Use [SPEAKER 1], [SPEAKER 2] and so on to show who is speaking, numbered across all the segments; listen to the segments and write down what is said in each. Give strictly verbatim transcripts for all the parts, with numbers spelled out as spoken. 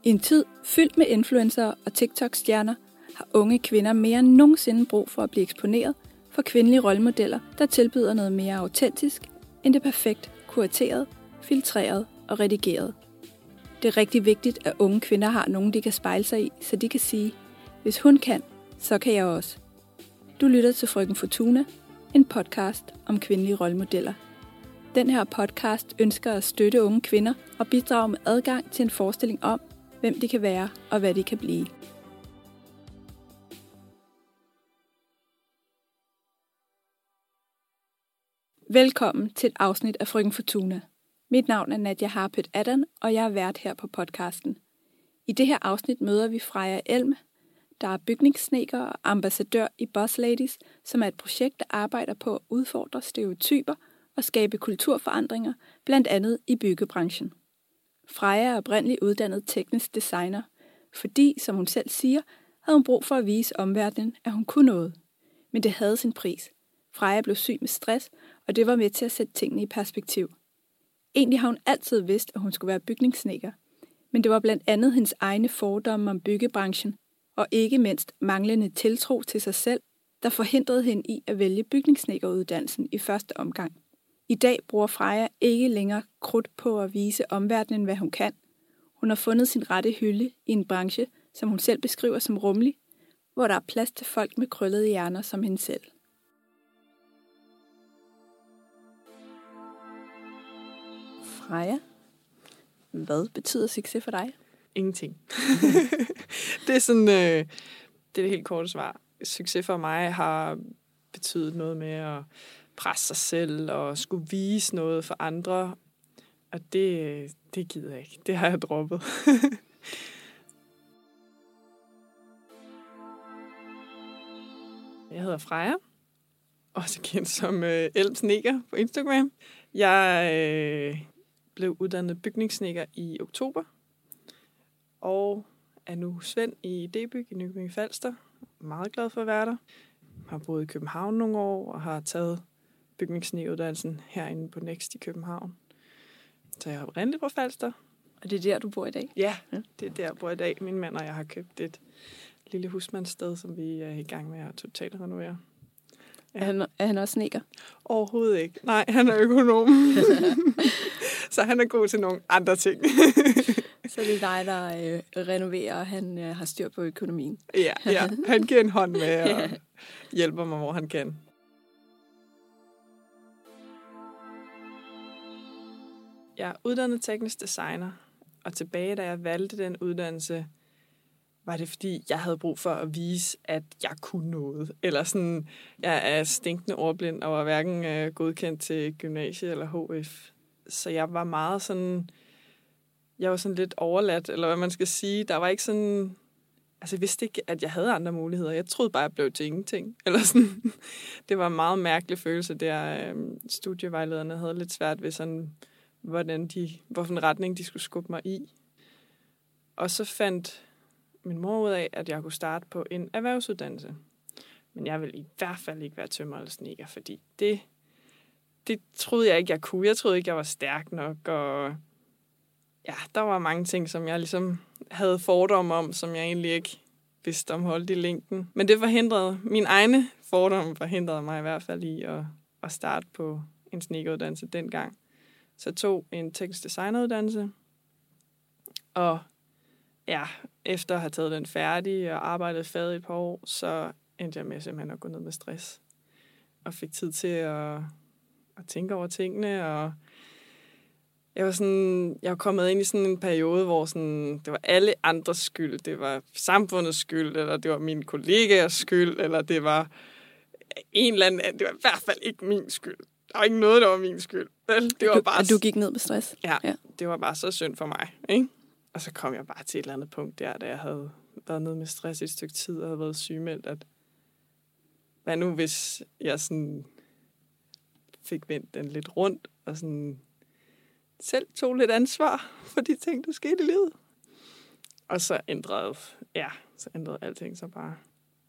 [SPEAKER 1] I en tid fyldt med influencer og TikTok-stjerner har unge kvinder mere end nogensinde brug for at blive eksponeret for kvindelige rollemodeller, der tilbyder noget mere autentisk end det perfekt kurateret, filtreret og redigeret. Det er rigtig vigtigt, at unge kvinder har nogen, de kan spejle sig i, så de kan sige, hvis hun kan, så kan jeg også. Du lytter til Frøken Fortuna, en podcast om kvindelige rollemodeller. Den her podcast ønsker at støtte unge kvinder og bidrage med adgang til en forestilling om, hvem de kan være og hvad de kan blive. Velkommen til et afsnit af Frøken Fortuna. Mit navn er Nadia Harpet Addan, og jeg er vært her på podcasten. I det her afsnit møder vi Freja Elm, der er bygningssnedker og ambassadør i Boss Ladies, som er et projekt, der arbejder på at udfordre stereotyper og skabe kulturforandringer, blandt andet i byggebranchen. Freja er oprindeligt uddannet teknisk designer, fordi, som hun selv siger, havde hun brug for at vise omverdenen, at hun kunne noget. Men det havde sin pris. Freja blev syg med stress, og det var med til at sætte tingene i perspektiv. Egentlig har hun altid vidst, at hun skulle være bygningssnedker, men det var blandt andet hendes egne fordomme om byggebranchen, og ikke mindst manglende tiltro til sig selv, der forhindrede hende i at vælge bygningssnedkeruddannelsen i første omgang. I dag bruger Freja ikke længere krudt på at vise omverdenen, hvad hun kan. Hun har fundet sin rette hylde i en branche, som hun selv beskriver som rummelig, hvor der er plads til folk med krøllede hjerner som hende selv. Freja, hvad betyder succes for dig?
[SPEAKER 2] Ingenting. det er sådan, øh, det er det helt korte svar. Succes for mig har betydet noget med at presse sig selv og skulle vise noget for andre. Og det, det gider jeg ikke. Det har jeg droppet. Jeg hedder Freja, også kendt som øh, Elm Snedker på Instagram. Jeg øh, blev uddannet bygningssnedker i oktober, og er nu svend i D-byg i Nykøbing Falster. Meget glad for at være der. Har boet i København nogle år og har taget bygningssnedkeruddannelsen herinde på Next i København. Så jeg er oprindeligt fra Falster.
[SPEAKER 1] Og det er der, du bor i dag?
[SPEAKER 2] Ja, det er der, jeg bor i dag. Min mand og jeg har købt et lille husmandssted, som vi er i gang med at totalt renovere. Ja.
[SPEAKER 1] Er, han, er han også snedker?
[SPEAKER 2] Overhovedet ikke. Nej, han er økonom. Så han er god til nogle andre ting.
[SPEAKER 1] Så det er dig, der øh, renoverer, og han øh, har styr på økonomien.
[SPEAKER 2] Ja, ja, han giver en hånd med og hjælper mig, hvor han kan. Jeg er uddannet teknisk designer, og tilbage, da jeg valgte den uddannelse, var det fordi, jeg havde brug for at vise, at jeg kunne noget. Eller sådan, jeg er stinkende ordblind og var hverken øh, godkendt til gymnasie eller H F. Så jeg var meget sådan, jeg var sådan lidt overladt, eller hvad man skal sige. Der var ikke sådan, altså jeg vidste ikke, at jeg havde andre muligheder. Jeg troede bare, at jeg blev til ingenting. Eller sådan. Det var en meget mærkelig følelse der. Studievejlederne havde lidt svært ved sådan, hvordan de, hvorfor retning de skulle skubbe mig i. Og så fandt min mor ud af, at jeg kunne starte på en erhvervsuddannelse. Men jeg ville i hvert fald ikke være tømrer eller snedker, fordi det, det troede jeg ikke, jeg kunne. Jeg troede ikke, jeg var stærk nok, og ja, der var mange ting, som jeg ligesom havde fordomme om, som jeg egentlig ikke vidste om holdt i længden. Men det forhindrede, mine egne fordomme forhindrede mig i hvert fald i at, at starte på en snedkeruddannelse dengang. Så jeg tog en teknisk designeruddannelse, og ja, efter at have taget den færdig og arbejdet færdig et par år, så endte jeg med simpelthen at gå ned med stress. Og fik tid til at, at tænke over tingene, og jeg var sådan, jeg var kommet ind i sådan en periode, hvor sådan, det var alle andres skyld. Det var samfundets skyld, eller det var mine kollegaers skyld, eller det var en eller anden, det var i hvert fald ikke min skyld. Der var ikke noget, der var min skyld. Det var
[SPEAKER 1] du,
[SPEAKER 2] bare,
[SPEAKER 1] at du gik ned med stress?
[SPEAKER 2] Ja, ja, det var bare så synd for mig, ikke? Og så kom jeg bare til et eller andet punkt der, da jeg havde været nede med stress i et stykke tid og havde været sygemeldt, at hvad nu, hvis jeg sådan fik vendt den lidt rundt og sådan selv tog lidt ansvar for de ting, der skete i livet. Og så ændrede, ja, så ændrede alting så bare.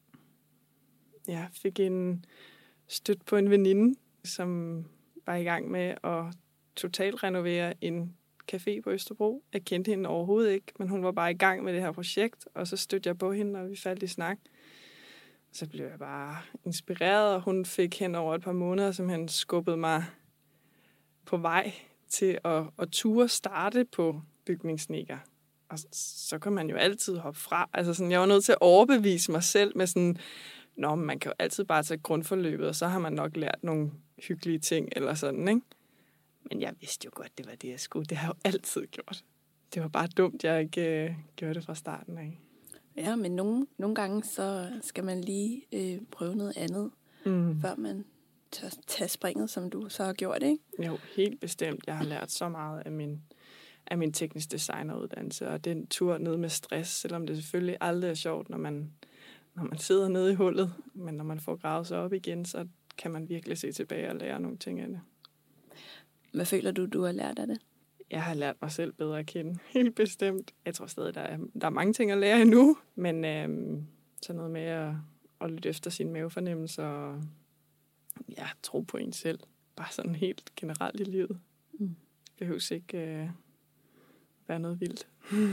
[SPEAKER 2] Jeg fik en støt på en veninde, som var i gang med at totalt renovere en café på Østerbro. Jeg kendte hende overhovedet ikke, men hun var bare i gang med det her projekt, og så stødte jeg på hende, og vi faldt i snak. Så blev jeg bare inspireret, og hun fik hen over et par måneder, simpelthen skubbede mig på vej til at, at ture starte på bygningssneker. Og så kan man jo altid hoppe fra. Altså sådan, jeg var nødt til at overbevise mig selv med sådan, nå, man kan jo altid bare tage grundforløbet, og så har man nok lært nogle hyggelige ting, eller sådan, ikke? Men jeg vidste jo godt, det var det, jeg skulle. Det har jeg jo altid gjort. Det var bare dumt, jeg ikke øh, gjorde det fra starten af.
[SPEAKER 1] Ja, men nogle, nogle gange, så skal man lige øh, prøve noget andet, mm. før man tør tage springet, som du så har gjort, ikke?
[SPEAKER 2] Jo, helt bestemt. Jeg har lært så meget af min, af min teknisk designeruddannelse, og den tur ned med stress, selvom det selvfølgelig aldrig er sjovt, når man, når man sidder nede i hullet, men når man får gravet sig op igen, så kan man virkelig se tilbage og lære nogle ting af det.
[SPEAKER 1] Hvad føler du, du har lært af det?
[SPEAKER 2] Jeg har lært mig selv bedre at kende, helt bestemt. Jeg tror stadig, der er, der er mange ting at lære endnu, men øhm, sådan noget med at, at lytte efter sine mavefornemmelser og ja, tro på en selv. Bare sådan helt generelt i livet. Mm. Det behøves ikke øh, være noget vildt.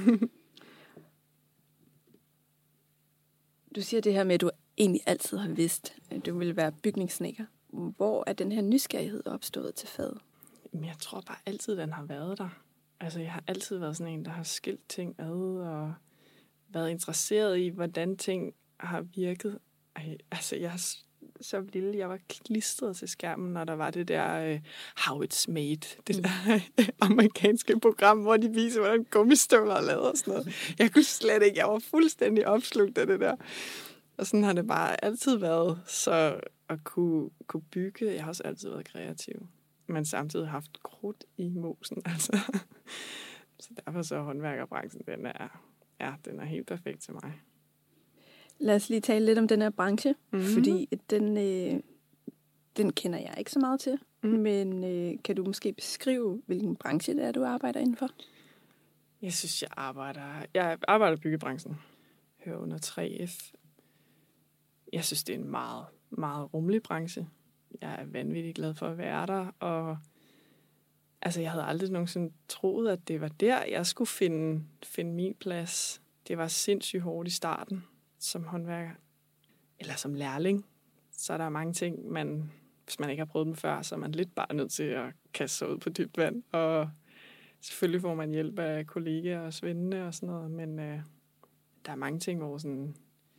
[SPEAKER 1] Du siger det her med, at du egentlig altid har vidst, at du ville være bygningssnedker. Hvor er den her nysgerrighed opstået til faget?
[SPEAKER 2] Jeg tror bare altid, den har været der. Altså, jeg har altid været sådan en, der har skilt ting ad, og været interesseret i, hvordan ting har virket. Ej, altså, jeg er så lille. Jeg var klistret til skærmen, når der var det der uh, How It's Made. Det der amerikanske program, hvor de viser, hvordan gummistøvler er lavet og sådan noget. Jeg kunne slet ikke. Jeg var fuldstændig opslugt af det der. Og sådan har det bare altid været. Så at kunne, kunne bygge, jeg har også altid været kreativ. Men samtidig haft krudt i mosen. Altså. Så derfor så håndværkerbranchen, den er, ja, den er helt perfekt til mig.
[SPEAKER 1] Lad os lige tale lidt om den her branche, mm-hmm. fordi den, øh, den kender jeg ikke så meget til. Mm. Men øh, kan du måske beskrive, hvilken branche det er, du arbejder indenfor?
[SPEAKER 2] Jeg synes, jeg arbejder, jeg arbejder i byggebranchen. Hører under tre F. Jeg synes, det er en meget, meget rummelig branche. Jeg er vanvittigt glad for at være der, og altså, jeg havde aldrig nogensinde troet, at det var der, jeg skulle finde, finde min plads. Det var sindssygt hårdt i starten som håndværker, eller som lærling. Så er der mange ting, man, hvis man ikke har prøvet dem før, så er man lidt bare nødt til at kaste sig ud på dybt vand. Og selvfølgelig får man hjælp af kollegaer og svendene og sådan noget, men øh, der er mange ting, hvor, sådan,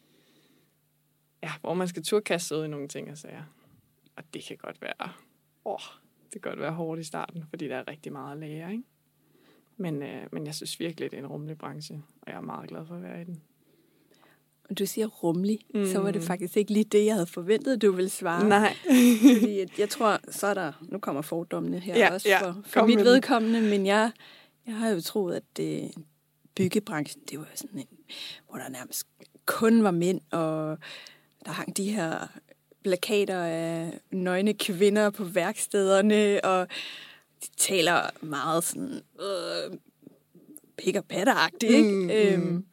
[SPEAKER 2] ja, hvor man skal turde kaste sig ud i nogle ting og sager. Og det kan godt være, åh, det kan godt være hårdt i starten, fordi der er rigtig meget at lære, ikke? Men, øh, men jeg synes virkelig, det er en rummelig branche, og jeg er meget glad for at være i den.
[SPEAKER 1] Og du siger rummelig, mm. så var det faktisk ikke lige det, jeg havde forventet, du ville svare.
[SPEAKER 2] Nej.
[SPEAKER 1] Fordi jeg tror, så er der, nu kommer fordommene her
[SPEAKER 2] ja,
[SPEAKER 1] også
[SPEAKER 2] ja,
[SPEAKER 1] for, for mit vedkommende, men jeg, jeg har jo troet, at det, byggebranchen, det var sådan en, hvor der nærmest kun var mænd, og der hang de her plakater af nøgne kvinder på værkstederne, og de taler meget sådan øh, pik- og patteragtigt, ikke? Mm, øhm, mm.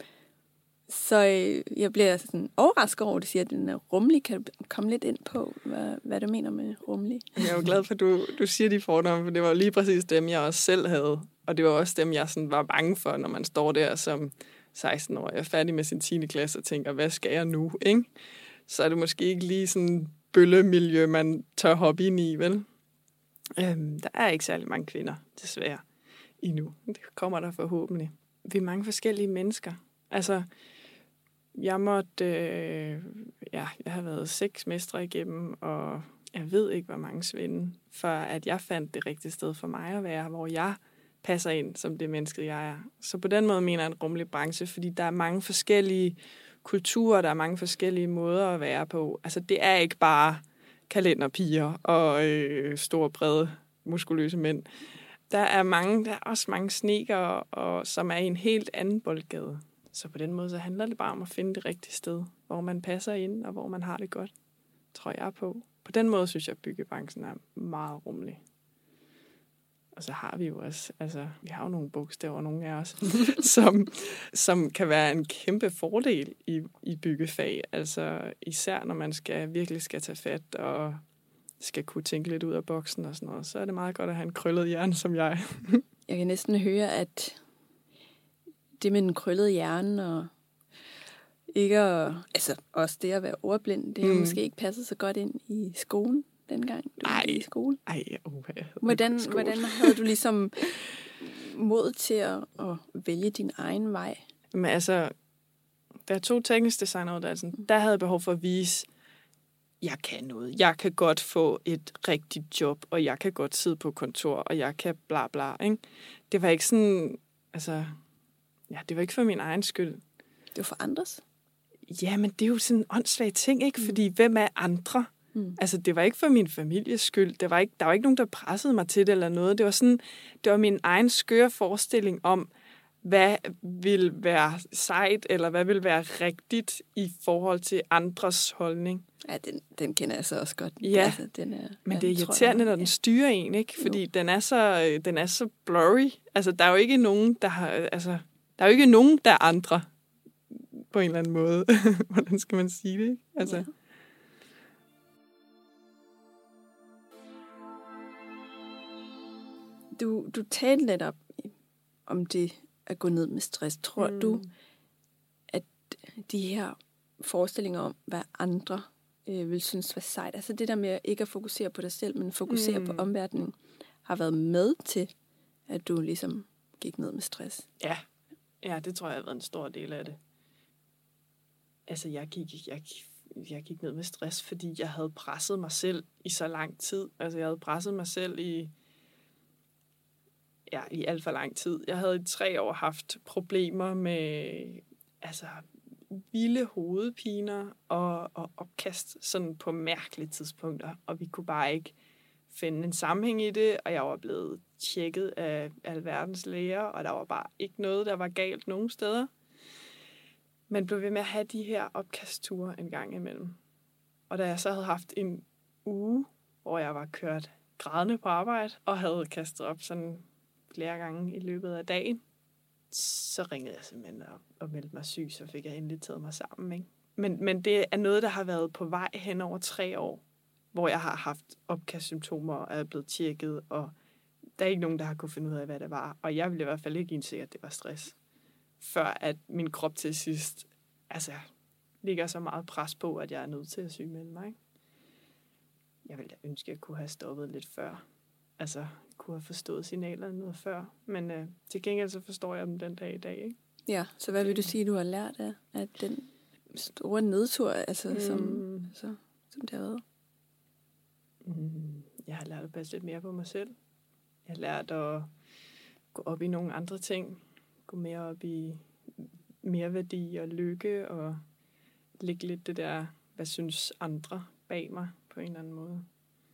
[SPEAKER 1] Så øh, jeg bliver sådan overrasket over, at du siger, at den er rummelig. Kan du komme lidt ind på, hvad, hvad du mener med rummelig?
[SPEAKER 2] Jeg er jo glad for, at du, du siger de fordomme, for det var lige præcis dem, jeg også selv havde. Og det var også dem, jeg sådan var bange for, når man står der som seksten år. Jeg er færdig med sin tiende klasse og tænker, hvad skal jeg nu, ikke? Så er det måske ikke lige sådan bøllemiljø, man tør hoppe ind i, vel? Øhm, der er ikke særlig mange kvinder, desværre, endnu. Det kommer der forhåbentlig. Vi er mange forskellige mennesker. Altså, jeg måtte, øh, ja, jeg har været seks mestre igennem, og jeg ved ikke, hvor mange svinde, for at jeg fandt det rigtige sted for mig at være, hvor jeg passer ind som det menneske, jeg er. Så på den måde mener jeg en rummelig branche, fordi der er mange forskellige kulturer, der er mange forskellige måder at være på. Altså, det er ikke bare kalenderpiger og øh, store, brede, muskuløse mænd. Der er mange, der er også mange snedkere, og som er i en helt anden boldgade. Så på den måde, så handler det bare om at finde det rigtige sted, hvor man passer ind, og hvor man har det godt, tror jeg på. På den måde synes jeg, at byggebranchen er meget rummelig. Og så har vi jo også, altså, vi har jo nogle bogstaver, nogle af os, som, som kan være en kæmpe fordel i, i byggefag. Altså især når man skal, virkelig skal tage fat og skal kunne tænke lidt ud af boksen og sådan noget, så er det meget godt at have en krøllet hjerne som jeg.
[SPEAKER 1] jeg kan næsten høre, at det med den krøllede hjerne og ikke at, altså også det at være ordblind, det har mm. måske ikke passet så godt ind i skolen dengang, du var i skole.
[SPEAKER 2] Ej, okay.
[SPEAKER 1] Hvordan, hvordan havde du ligesom mod til at, at vælge din egen vej?
[SPEAKER 2] Men altså, da jeg tog teknisk designeruddannelsen, der havde jeg behov for at vise, jeg kan noget. Jeg kan godt få et rigtigt job, og jeg kan godt sidde på kontor, og jeg kan bla bla, ikke? Det var ikke sådan, altså, ja, det var ikke for min egen skyld.
[SPEAKER 1] Det var for andres?
[SPEAKER 2] Ja, men det er jo sådan en åndssvag ting, ikke? Fordi hvem er andre? Mm. Altså, det var ikke for min families skyld. Det var ikke, der var ikke nogen, der pressede mig til det eller noget. Det var sådan, det var min egen skøre forestilling om, hvad vil være sejt, eller hvad vil være rigtigt i forhold til andres holdning.
[SPEAKER 1] Ja, den, den kender jeg så også godt.
[SPEAKER 2] Ja,
[SPEAKER 1] altså, den er,
[SPEAKER 2] men
[SPEAKER 1] ja,
[SPEAKER 2] det er irriterende, jeg, når den styrer en, ikke? Fordi den er, så, den er så blurry. Altså, der er jo ikke nogen, der har, altså, der er jo ikke nogen, der er andre på en eller anden måde. Hvordan skal man sige det, ikke? Altså. Ja.
[SPEAKER 1] Du, du talte lidt op om det at gå ned med stress. Tror mm. du, at de her forestillinger om, hvad andre øh, vil synes var sejt, altså det der med ikke at fokusere på dig selv, men fokusere mm. på omverdenen, har været med til, at du ligesom gik ned med stress?
[SPEAKER 2] Ja, ja, det tror jeg har været en stor del af det. Altså, jeg gik, jeg, jeg gik ned med stress, fordi jeg havde presset mig selv i så lang tid. Altså, jeg havde presset mig selv i Ja, i alt for lang tid. Jeg havde i tre år haft problemer med altså, vilde hovedpiner og, og opkast sådan på mærkelige tidspunkter. Og vi kunne bare ikke finde en sammenhæng i det, og jeg var blevet tjekket af alverdens læger, og der var bare ikke noget, der var galt nogen steder. Men blev ved med at have de her opkastture en gang imellem. Og da jeg så havde haft en uge, hvor jeg var kørt grædende på arbejde, og havde kastet op sådan flere gange i løbet af dagen, så ringede jeg simpelthen op og meldte mig syg, så fik jeg endelig taget mig sammen. Ikke? Men, men det er noget, der har været på vej hen over tre år, hvor jeg har haft opkastsymptomer og er blevet tjekket, og der er ikke nogen, der har kunne finde ud af, hvad det var. Og jeg ville i hvert fald ikke indse, at det var stress, før at min krop til sidst altså, ligger så meget pres på, at jeg er nødt til at sygemelde mig. Ikke? Jeg ville da ønske, at jeg kunne have stoppet lidt før. Altså, kunne have forstået signalerne noget før. Men øh, til gengæld så forstår jeg dem den dag i dag, ikke?
[SPEAKER 1] Ja, så hvad vil du sige, du har lært af, af den store nedtur, altså, mm. som, så, som det har været?
[SPEAKER 2] Mm, jeg har lært at passe lidt mere på mig selv. Jeg har lært at gå op i nogle andre ting. Gå mere op i mere værdi og lykke, og lægge lidt det der, hvad synes andre bag mig på en eller anden måde.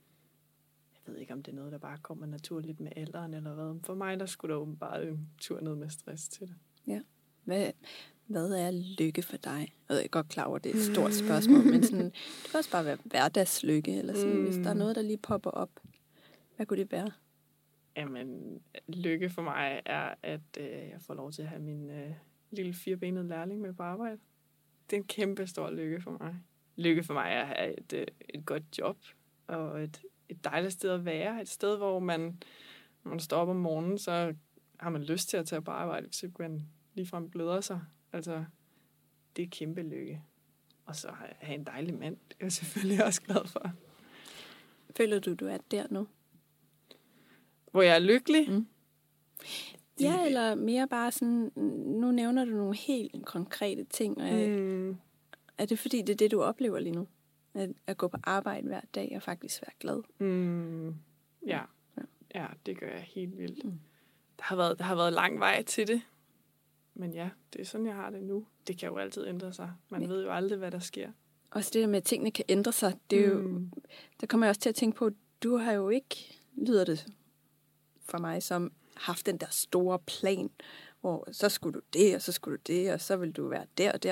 [SPEAKER 2] Jeg ved ikke, om det er noget, der bare kommer naturligt med alderen eller hvad. For mig, der skulle der åbenbart en tur ned med stress til det.
[SPEAKER 1] Ja. Hvad, hvad er lykke for dig? Jeg er godt klar over, det er et stort spørgsmål, men sådan, det kan også bare være hverdagslykke, eller sådan, mm. hvis der er noget, der lige popper op. Hvad kunne det være?
[SPEAKER 2] Jamen, lykke for mig er, at øh, jeg får lov til at have min øh, lille firebenede lærling med på arbejde. Det er en kæmpe stor lykke for mig. Lykke for mig er at have et, øh, et godt job, og et et dejligt sted at være. Et sted, hvor man, når man står op om morgenen, så har man lyst til at tage på arbejde, hvis man ligefrem bløder sig. Altså, det er kæmpe lykke. Og så have en dejlig mand, det er jeg selvfølgelig også glad for.
[SPEAKER 1] Føler du, du er der nu?
[SPEAKER 2] Hvor jeg er lykkelig?
[SPEAKER 1] Mm. Ja, eller mere bare sådan, nu nævner du nogle helt konkrete ting. Og mm. Er det fordi, det er det, du oplever lige nu? At, at gå på arbejde hver dag og faktisk være glad?
[SPEAKER 2] Mm. Ja. ja, ja, det gør jeg helt vildt. Mm. Der har været, der har været lang vej til det. Men ja, det er sådan, jeg har det nu. Det kan jo altid ændre sig. Man ja. ved jo aldrig, hvad der sker. Også
[SPEAKER 1] det der med, at tingene kan ændre sig, det er mm. jo, der kommer jeg også til at tænke på, du har jo ikke, lyder det for mig, som haft den der store plan, hvor så skulle du det, og så skulle du det, og så vil du være der og der.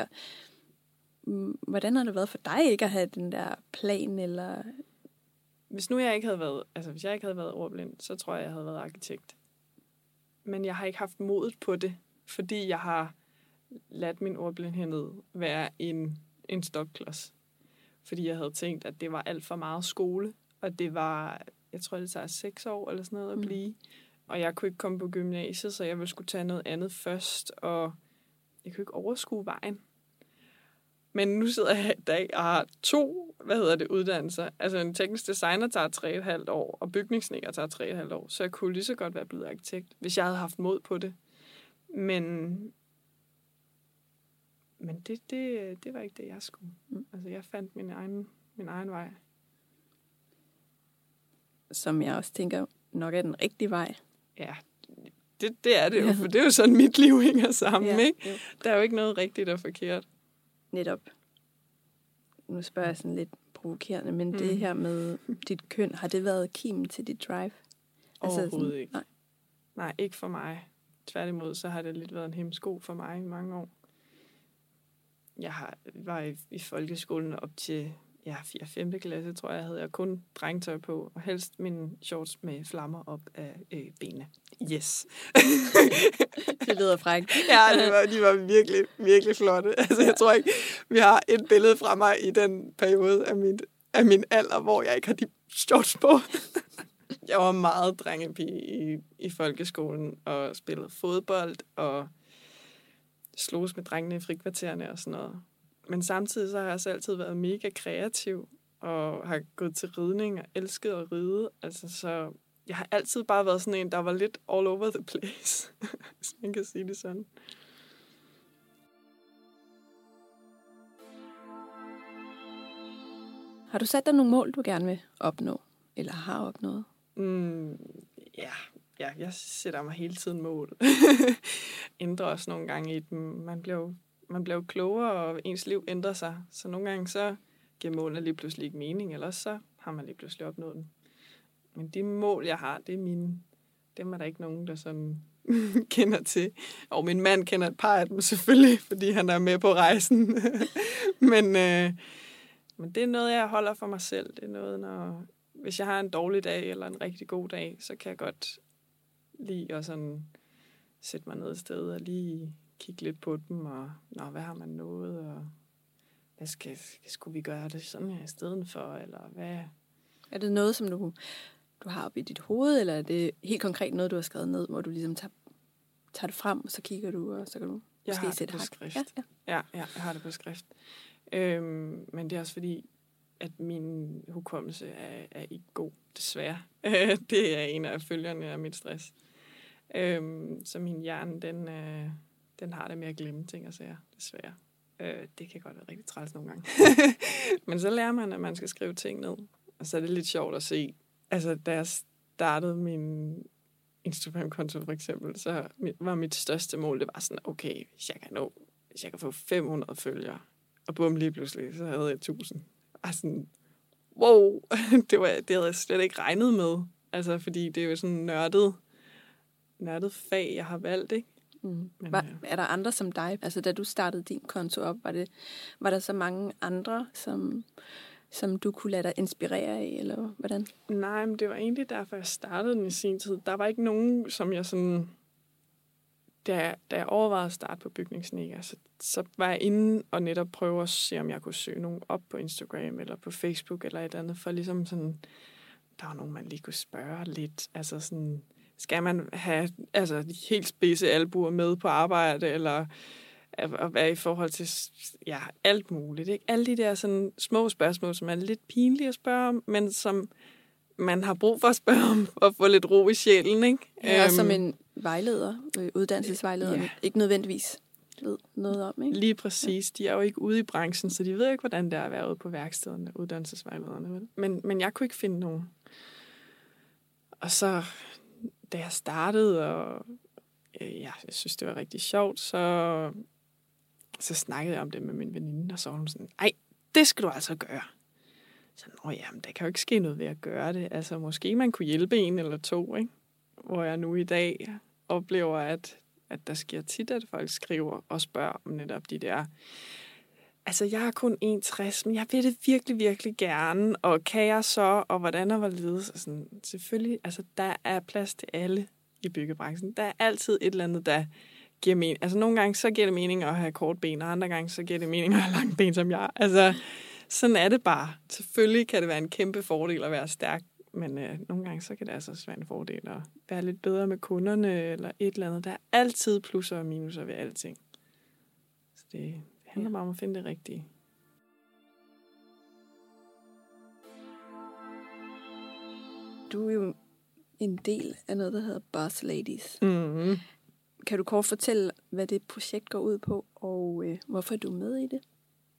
[SPEAKER 1] Hvordan har det været for dig ikke at have den der plan, eller?
[SPEAKER 2] Hvis nu jeg ikke havde været, altså hvis jeg ikke havde været ordblind, så tror jeg, jeg havde været arkitekt. Men jeg har ikke haft modet på det, fordi jeg har ladt min ordblindhed være en, en stopklods. Fordi jeg havde tænkt, at det var alt for meget skole, og det var, jeg tror, det tager seks år eller sådan noget at blive. og jeg kunne ikke komme på gymnasiet, så jeg ville skulle tage noget andet først, og jeg kunne ikke overskue vejen. Men nu sidder jeg i dag og har to, hvad hedder det, uddannelser. Altså en teknisk designer tager tre og et halvt år, og bygningssnedker tager tre og et halvt år. Så jeg kunne lige så godt være blevet arkitekt, hvis jeg havde haft mod på det. Men, men det, det, det var ikke det, jeg skulle. Altså jeg fandt min egen, min egen vej.
[SPEAKER 1] Som jeg også tænker nok er den rigtige vej.
[SPEAKER 2] Ja, det, det er det jo, for det er jo sådan, mit liv hænger sammen, ja, ikke?
[SPEAKER 1] Jo.
[SPEAKER 2] Der er jo ikke noget rigtigt og forkert.
[SPEAKER 1] Netop. Nu spørger jeg sådan lidt provokerende, men
[SPEAKER 2] Mm.
[SPEAKER 1] det her med dit køn, har det været kimen til dit drive?
[SPEAKER 2] Overhovedet
[SPEAKER 1] sådan,
[SPEAKER 2] ikke.
[SPEAKER 1] Nej.
[SPEAKER 2] Nej, ikke for mig. Tværtimod, så har det lidt været en hemsko for mig i mange år. Jeg har, var i, i folkeskolen op til ja, fjerde og femte klasse, tror jeg, havde jeg kun drengtøj på, og helst mine shorts med flammer op af øh, benene. Yes.
[SPEAKER 1] Det lyder frækt.
[SPEAKER 2] Ja, det var, de var virkelig, virkelig flotte. Altså, jeg tror ikke, vi har et billede fra mig i den periode af min, af min alder, hvor jeg ikke har de shorts på. Jeg var meget drengepige i, i folkeskolen, og spillede fodbold, og slogs med drengene i frikvartererne og sådan noget. Men samtidig så har jeg også altid været mega kreativ, og har gået til ridning og elsket at ride. Altså, så jeg har altid bare været sådan en, der var lidt all over the place, hvis man kan sige det sådan.
[SPEAKER 1] Har du sat dig nogle mål, du gerne vil opnå, eller har opnået?
[SPEAKER 2] Mm, ja, ja, jeg sætter mig hele tiden mål. Ændrer også nogle gange i dem. Man bliver jo man bliver jo klogere, og ens liv ændrer sig. Så nogle gange så giver målene lige pludselig ikke mening, eller så har man lige pludselig opnået dem. Men de mål, jeg har, det er mine. Dem er der ikke nogen, der sådan kender til. Og min mand kender et par af dem selvfølgelig, fordi han er med på rejsen. men, øh, men det er noget, jeg holder for mig selv. Det er noget, når hvis jeg har en dårlig dag, eller en rigtig god dag, så kan jeg godt lide at sådan sætte mig ned et sted og lige kigge lidt på dem, og nå, hvad har man nået, og hvad skal, skulle vi gøre det sådan her i stedet for, eller hvad?
[SPEAKER 1] Er det noget, som du, du har oppe i dit hoved, eller er det helt konkret noget, du har skrevet ned, hvor du ligesom tager, tager det frem, og så kigger du, og så kan du
[SPEAKER 2] jeg
[SPEAKER 1] måske
[SPEAKER 2] har
[SPEAKER 1] sætte
[SPEAKER 2] det på
[SPEAKER 1] hak?
[SPEAKER 2] skrift.
[SPEAKER 1] Ja, ja.
[SPEAKER 2] Ja, ja, jeg har det på skrift. Øhm, men det er også fordi, at min hukommelse er, er ikke god, desværre. Det er en af følgerne af mit stress. Øhm, så min hjerne, den, øh, den har det med at glemme ting og sager, desværre. Øh, det kan godt være rigtig træls nogle gange. Men så lærer man, at man skal skrive ting ned. Og så er det lidt sjovt at se. Altså, da jeg startede min Instagram-konto for eksempel, så var mit største mål, det var sådan, okay, hvis jeg kan nå, hvis jeg kan få fem hundrede følgere, og bum, lige pludselig, så havde jeg tusind. Og sådan, wow, det, var, det havde jeg slet ikke regnet med. Altså, fordi det er jo sådan nørdet, nørdet fag, jeg har valgt, ikke?
[SPEAKER 1] Mm.
[SPEAKER 2] Men,
[SPEAKER 1] var,
[SPEAKER 2] ja.
[SPEAKER 1] Er der andre som dig? Altså, da du startede din konto op, var, det, var der så mange andre, som, som du kunne lade dig inspirere af, eller hvordan?
[SPEAKER 2] Nej, men det var egentlig derfor, jeg startede den i sin tid. Der var ikke nogen, som jeg sådan... Da jeg, da jeg overvejede at starte på Bygningssnedker, så, så var jeg inde og netop prøve at se, om jeg kunne søge nogen op på Instagram eller på Facebook eller et andet, for ligesom sådan... Der var nogen, man lige kunne spørge lidt. Altså sådan... Skal man have altså, de helt spidse albuer med på arbejde, eller at være i forhold til ja, alt muligt. Ikke? Alle de der sådan, små spørgsmål, som er lidt pinlige at spørge om, men som man har brug for at spørge om, og få lidt ro i sjælen. Ikke?
[SPEAKER 1] Ja,
[SPEAKER 2] Øhm,
[SPEAKER 1] som en vejleder, uddannelsesvejleder,
[SPEAKER 2] ja.
[SPEAKER 1] ikke nødvendigvis ved noget om. Ikke?
[SPEAKER 2] Lige præcis. De er jo ikke ude i branchen, så de ved ikke, hvordan det er at være ude på værkstederne, uddannelsesvejlederne. Vel? Men, men jeg kunne ikke finde nogen. Og så... Da jeg startede, og øh, ja, jeg synes, det var rigtig sjovt, så, så snakkede jeg om det med min veninde, og så var hun sådan, ej, det skal du altså gøre. Så nå jamen, der kan jo ikke ske noget ved at gøre det. Altså, måske man kunne hjælpe en eller to, ikke? Hvor jeg nu i dag oplever, at, at der sker tit, at folk skriver og spørger om netop de der... Altså, jeg er kun en komma tres, men jeg vil det virkelig, virkelig gerne, og kan jeg så, og hvordan og hvorledes, og sådan, selvfølgelig, altså, der er plads til alle i byggebranchen. Der er altid et eller andet, der giver mening. Altså, nogle gange, så giver det mening at have kort ben, og andre gange, så giver det mening at have lange ben, som jeg. Altså, sådan er det bare. Selvfølgelig kan det være en kæmpe fordel at være stærk, Men øh, nogle gange, så kan det altså være en fordel at være lidt bedre med kunderne, eller et eller andet. Der er altid plusser og minuser ved alting. Så det handler bare om at finde det rigtige.
[SPEAKER 1] Du er jo en del af noget, der hedder Boss Ladies.
[SPEAKER 2] Mm-hmm.
[SPEAKER 1] Kan du kort fortælle, hvad det projekt går ud på, og øh, hvorfor er du med i det?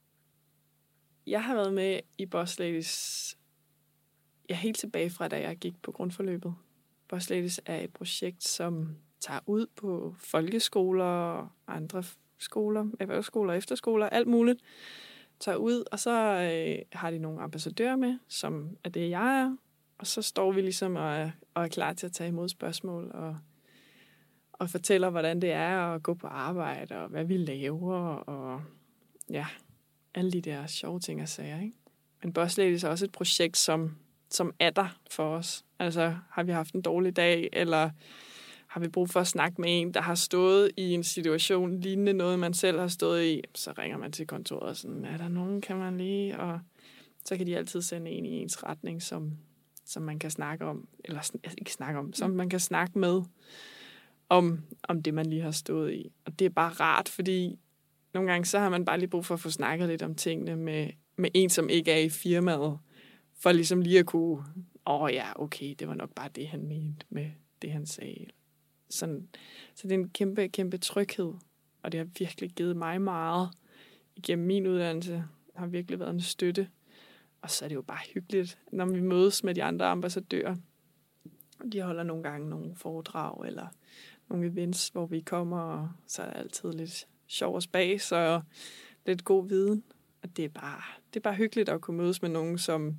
[SPEAKER 2] Jeg har været med i Boss Ladies ja, helt tilbage fra, da jeg gik på grundforløbet. Boss Ladies er et projekt, som tager ud på folkeskoler og andre skoler, erhvervsskoler, efterskoler, alt muligt. Tager ud, og så øh, har de nogle ambassadører med, som er det, jeg er. Og så står vi ligesom og, og er klar til at tage imod spørgsmål og, og fortæller, hvordan det er at gå på arbejde, og hvad vi laver, og ja, alle de der sjove ting og sager, ikke? Men Boss Ladies er også et projekt, som, som er der for os. Altså, har vi haft en dårlig dag, eller har vi brug for at snakke med en, der har stået i en situation lignende noget, man selv har stået i, så ringer man til kontoret og sådan, er der nogen, kan man lige? Og så kan de altid sende en i ens retning, som, som man kan snakke om, eller ikke snakke om, som man kan snakke med, om, om det, man lige har stået i. Og det er bare rart, fordi nogle gange, så har man bare lige brug for at få snakket lidt om tingene med, med en, som ikke er i firmaet, for ligesom lige at kunne, åh oh, ja, okay, det var nok bare det, han mente med det, han sagde. Sådan, så det er en kæmpe, kæmpe tryghed, og det har virkelig givet mig meget igennem min uddannelse. Det har virkelig været en støtte. Og så er det jo bare hyggeligt, når vi mødes med de andre ambassadører. De holder nogle gange nogle foredrag eller nogle events, hvor vi kommer, og så er der altid lidt sjov og spas og lidt god viden. Og det er bare, det er bare hyggeligt at kunne mødes med nogen, som,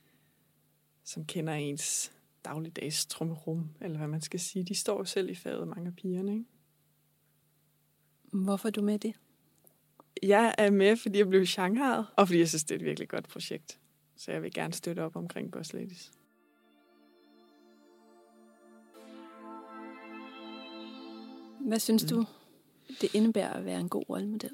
[SPEAKER 2] som kender ens dagligdags trummerum, eller hvad man skal sige. De står jo selv i faget, mange af pigerne, ikke?
[SPEAKER 1] Hvorfor er du med i det?
[SPEAKER 2] Jeg er med, fordi jeg blev shanghajet, og fordi jeg synes, det er et virkelig godt projekt. Så jeg vil gerne støtte op omkring Boss Ladies.
[SPEAKER 1] Hvad synes mm. du, det indebærer at være en god rollemodel?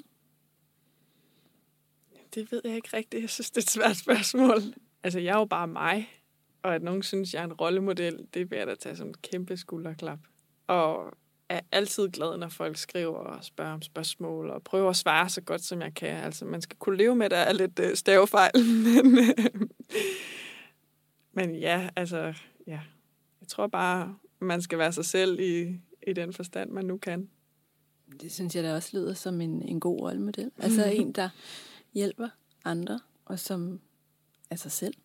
[SPEAKER 2] Det ved jeg ikke rigtigt. Jeg synes, det er et svært spørgsmål. Altså, jeg er jo bare mig, og at nogen synes, jeg er en rollemodel, det vil jeg da tage som et kæmpe skulderklap. Og er altid glad, når folk skriver og spørger om spørgsmål, og prøver at svare så godt, som jeg kan. Altså, man skal kunne leve med, der er lidt øh, stavefejl. Men, øh, men ja, altså, ja. Jeg tror bare, man skal være sig selv i, i den forstand, man nu kan.
[SPEAKER 1] Det synes jeg da også lyder som en, en god rollemodel. Altså en, der hjælper andre, og som er sig selv.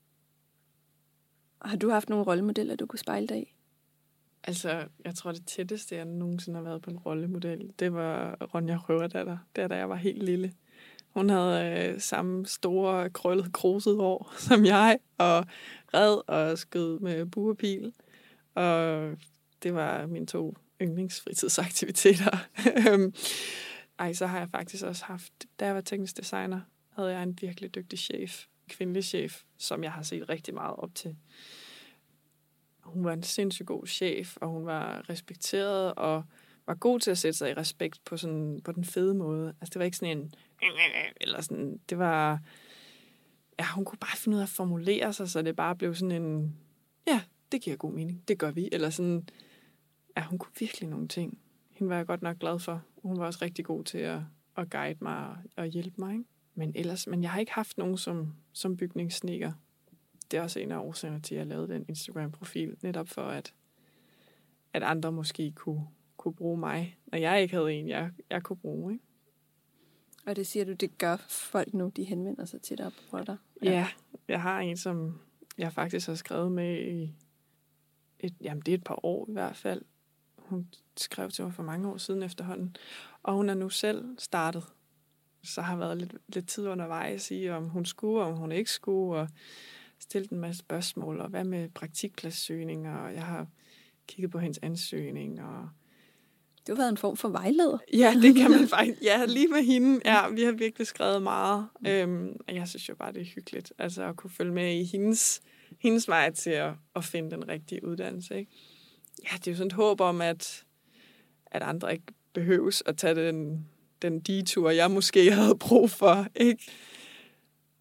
[SPEAKER 1] Har du haft nogle rollemodeller, du kunne spejle dig i?
[SPEAKER 2] Altså, jeg tror, det tætteste, jeg nogensinde har været på en rollemodel, det var Ronja Røverdatter, der da jeg var helt lille. Hun havde øh, samme store, krøllet, kruset hår som jeg, og red og skød med buepil. Og det var mine to yndlingsfritidsaktiviteter. Ej, så har jeg faktisk også haft, da jeg var teknisk designer, havde jeg en virkelig dygtig chef, kvindelig chef, som jeg har set rigtig meget op til. Hun var en sindssygt god chef, og hun var respekteret, og var god til at sætte sig i respekt på, sådan, på den fede måde. Altså, det var ikke sådan en... Eller sådan, det var... Ja, hun kunne bare finde ud af at formulere sig, så det bare blev sådan en... Ja, det giver god mening, det gør vi. Eller sådan... Ja, hun kunne virkelig nogle ting. Hende var jeg godt nok glad for. Hun var også rigtig god til at, at guide mig og, og hjælpe mig, ikke? Men ellers... Men jeg har ikke haft nogen som, som bygningssneker. Det er også en af årsagerne til, at jeg lavede den Instagram-profil, netop for, at, at andre måske kunne, kunne bruge mig, når jeg ikke havde en, jeg, jeg kunne bruge, ikke?
[SPEAKER 1] Og det siger du, det gør folk nu, de henvender sig til dig og bruger dig?
[SPEAKER 2] Ja, ja, jeg har en, som jeg faktisk har skrevet med i et, jamen det er et par år i hvert fald. Hun skrev til mig for mange år siden efterhånden, og hun er nu selv startet. Så har været lidt, lidt tid undervejs i, om hun skulle, og om hun ikke skulle, og stillet en masse spørgsmål, og hvad med praktikpladssøgninger, og jeg har kigget på hendes ansøgning, og...
[SPEAKER 1] Du har været en form for vejleder.
[SPEAKER 2] Ja, det kan man faktisk. Ja, lige med hende. Ja, vi har virkelig skrevet meget. Mm. Øhm, og jeg synes jo bare, det er hyggeligt, altså at kunne følge med i hendes, hendes vej til at, at finde den rigtige uddannelse, ikke? Ja, det er jo sådan et håb om, at, at andre ikke behøves at tage den, den detur, jeg måske havde brug for, ikke?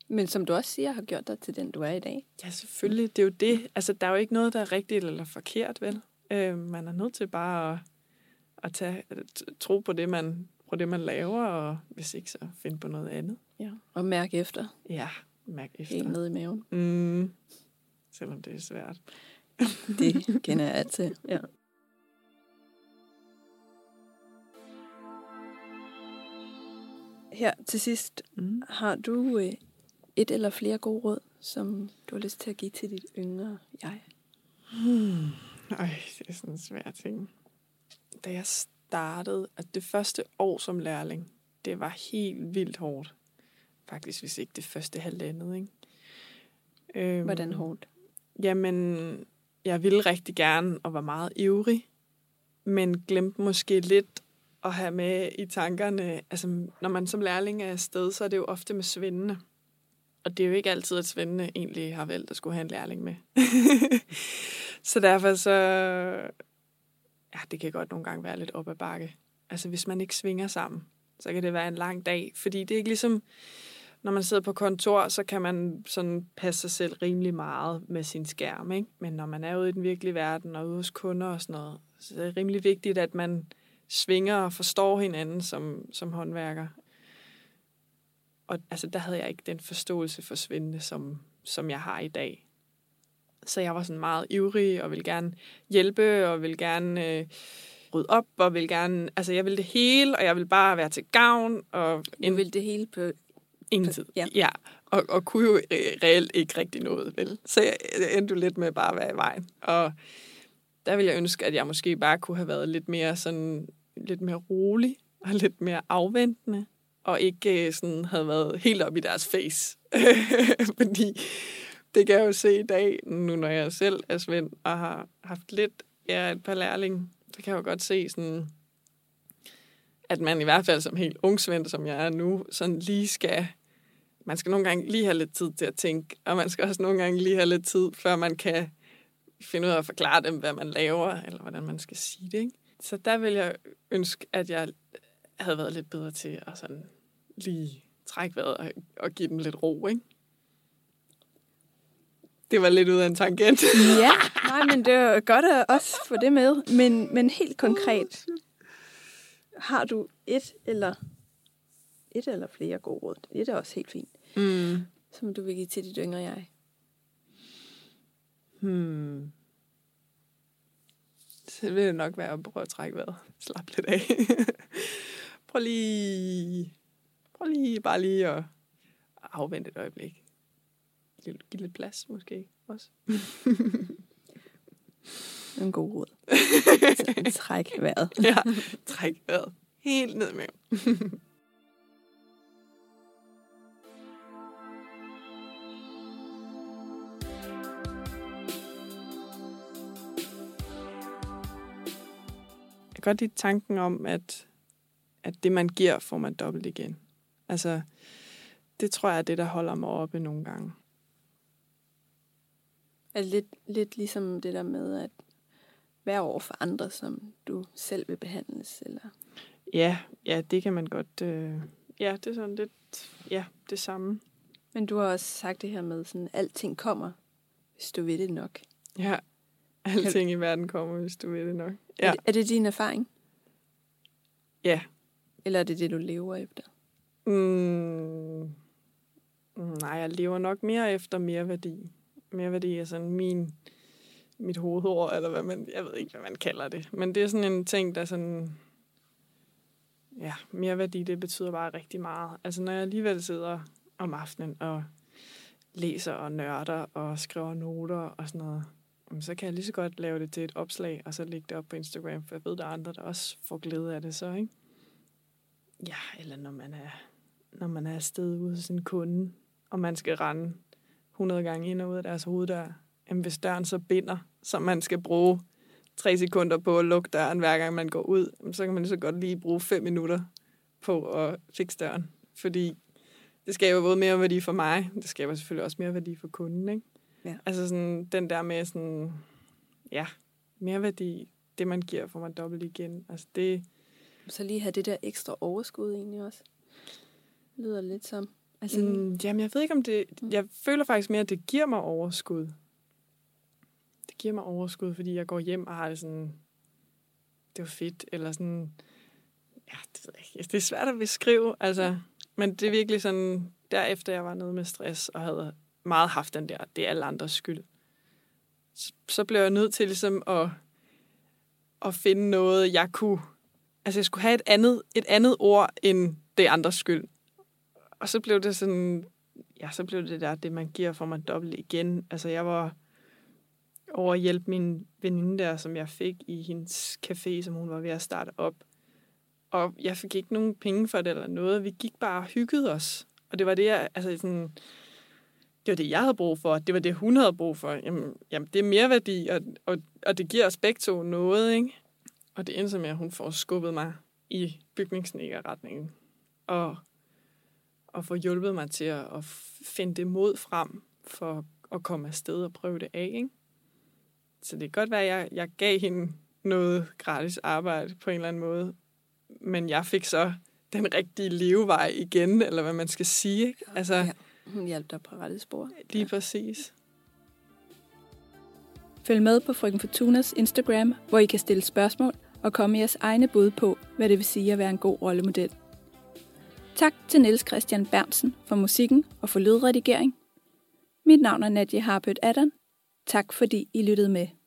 [SPEAKER 1] Men som du også siger, har gjort dig til den, du er i dag.
[SPEAKER 2] Ja, selvfølgelig. Det er jo det. Altså, der er jo ikke noget, der er rigtigt eller forkert, vel? Øh, man er nødt til bare at, at tage, at tro på det, man, på det, man laver, og hvis ikke, så finde på noget andet.
[SPEAKER 1] Ja. Og mærke efter.
[SPEAKER 2] Ja, mærke efter.
[SPEAKER 1] Helt ned i maven.
[SPEAKER 2] Mm. Selvom det er svært.
[SPEAKER 1] Det kender jeg til, ja. Her til sidst, mm. har du øh, et eller flere gode råd, som du har lyst til at give til dit yngre jeg?
[SPEAKER 2] Hmm. Ej, det er sådan en svær ting. Da jeg startede, at det første år som lærling, det var helt vildt hårdt. Faktisk, hvis ikke det første halvandet, ikke? Øhm,
[SPEAKER 1] Hvordan hårdt?
[SPEAKER 2] Jamen, jeg ville rigtig gerne og var meget ivrig, men glemte måske lidt at have med i tankerne. Altså, når man som lærling er afsted, så er det jo ofte med svendene. Og det er jo ikke altid, at svendene egentlig har valgt at skulle have en lærling med. Så derfor så... Ja, det kan godt nogle gange være lidt op ad bakke. Altså, hvis man ikke svinger sammen, så kan det være en lang dag. Fordi det er ikke ligesom... Når man sidder på kontor, så kan man sådan passe sig selv rimelig meget med sin skærm, ikke? Men når man er ude i den virkelige verden og ude hos kunder og sådan noget, så er det rimelig vigtigt, at man svinger og forstår hinanden som, som håndværker. Og altså, der havde jeg ikke den forståelse for svindene, som, som jeg har i dag. Så jeg var sådan meget ivrig og ville gerne hjælpe og ville gerne øh, rydde op og ville gerne... Altså, jeg ville det hele, og jeg ville bare være til gavn. Og
[SPEAKER 1] en, ville det hele på...
[SPEAKER 2] Ingen tid. Ja. ja. Og, og kunne jo reelt ikke rigtig noget, vel? Så jeg, jeg endte jo lidt med bare at være i vejen. Og der ville jeg ønske, at jeg måske bare kunne have været lidt mere sådan, lidt mere rolig og lidt mere afventende, og ikke sådan havde været helt op i deres face. Fordi det kan jeg jo se i dag, nu når jeg selv er svend og har haft lidt ja, et par lærling, så kan jeg jo godt se sådan, at man i hvert fald som helt ung svend, som jeg er nu, sådan lige skal, man skal nogle gange lige have lidt tid til at tænke, og man skal også nogle gange lige have lidt tid, før man kan finde ud af at forklare dem, hvad man laver, eller hvordan man skal sige det, ikke? Så der vil jeg ønske, at jeg havde været lidt bedre til at sådan lige trække vejret og, og give dem lidt ro, ikke? Det var lidt ud af en tangent.
[SPEAKER 1] Ja, nej, men det er godt at også få det med. Men, men helt konkret, har du et eller, et eller flere gode råd? Et er også helt fint.
[SPEAKER 2] Mm.
[SPEAKER 1] Som du vil give til dit yngre jeg.
[SPEAKER 2] Hmm. Så vil det nok være at prøve at trække vejret. Slap lidt af. Prøv lige... Prøv lige bare lige at afvente et øjeblik. Giv lidt plads, måske også.
[SPEAKER 1] En god råd. Træk vejret.
[SPEAKER 2] Ja, træk vejret. Helt ned med. Jeg kan godt lide tanken om, at, at det, man giver, får man dobbelt igen. Altså, det tror jeg er det, der holder mig oppe nogle gange.
[SPEAKER 1] Er det lidt, lidt ligesom det der med at være over for andre, som du selv vil behandles? Eller?
[SPEAKER 2] Ja, ja, det kan man godt... Øh, ja, det er sådan lidt... Ja, det samme.
[SPEAKER 1] Men du har også sagt det her med, sådan, alting kommer, hvis du vil det nok.
[SPEAKER 2] Ja, alting i verden kommer, hvis du vil det nok. Ja.
[SPEAKER 1] Er, det, er det din erfaring?
[SPEAKER 2] Ja.
[SPEAKER 1] Eller er det det, du lever efter?
[SPEAKER 2] Mm, nej, jeg lever nok mere efter mere værdi. Mere værdi er sådan min, mit hovedord, eller hvad man, jeg ved ikke, hvad man kalder det. Men det er sådan en ting, der sådan, ja, mere værdi, det betyder bare rigtig meget. Altså når jeg alligevel sidder om aftenen og læser og nørder og skriver noter og sådan noget, så kan jeg lige så godt lave det til et opslag, og så lægge det op på Instagram, for jeg ved, der er andre, der også får glæde af det så, ikke? Ja, eller når man er, når man er afsted ude hos en kunde, og man skal rende hundrede gange ind og ud af deres hoveddør. Jamen, hvis døren så binder, så man skal bruge tre sekunder på at lukke døren, hver gang man går ud, så kan man lige så godt lige bruge fem minutter på at fikse døren. Fordi det skaber både mere værdi for mig, det skaber selvfølgelig også mere værdi for kunden, ikke?
[SPEAKER 1] Ja.
[SPEAKER 2] Altså sådan, den der med sådan, ja, mere værdi, det man giver, får man dobbelt igen. Altså det...
[SPEAKER 1] Så lige have det der ekstra overskud egentlig også. Lyder lidt som. Altså,
[SPEAKER 2] mm, jamen, jeg ved ikke, om det... Jeg føler faktisk mere, at det giver mig overskud. Det giver mig overskud, fordi jeg går hjem og har det sådan... Det var fedt, eller sådan... Ja, det ved jeg ikke. Det er svært at beskrive, altså... Men det er virkelig sådan... Derefter jeg var nede med stress, og havde meget haft den der, det er alle andres skyld. Så, så blev jeg nødt til ligesom at, at finde noget, jeg kunne... Altså, jeg skulle have et andet, et andet ord end det andres skyld. Og så blev det sådan... Ja, så blev det der, det man giver for mig dobbelt igen. Altså, jeg var over at hjælpe min veninde der, som jeg fik i hendes café, som hun var ved at starte op. Og jeg fik ikke nogen penge for det eller noget. Vi gik bare og hyggede os. Og det var det, jeg, altså sådan, det var det, jeg havde brug for. Det var det, hun havde brug for. Jamen, jamen det er mere værdi, og, og, og det giver os begge to noget, ikke? Og det endte med, at hun får skubbet mig i bygningssnedkerretningen. Og, og får hjulpet mig til at, at finde det mod frem, for at komme afsted og prøve det af, ikke? Så det kan godt være, at jeg, jeg gav hende noget gratis arbejde på en eller anden måde. Men jeg fik så den rigtige levevej igen, eller hvad man skal sige, ikke? Altså,
[SPEAKER 1] ja, hun hjalp dig på rette spor.
[SPEAKER 2] Lige
[SPEAKER 1] ja.
[SPEAKER 2] præcis.
[SPEAKER 1] Følg med på Frøken Fortunas Instagram, hvor I kan stille spørgsmål og komme med jeres egne bud på, hvad det vil sige at være en god rollemodel. Tak til Niels Christian Bernsen for musikken og for lydredigering. Mit navn er Nadia Harpøth Adam. Tak fordi I lyttede med.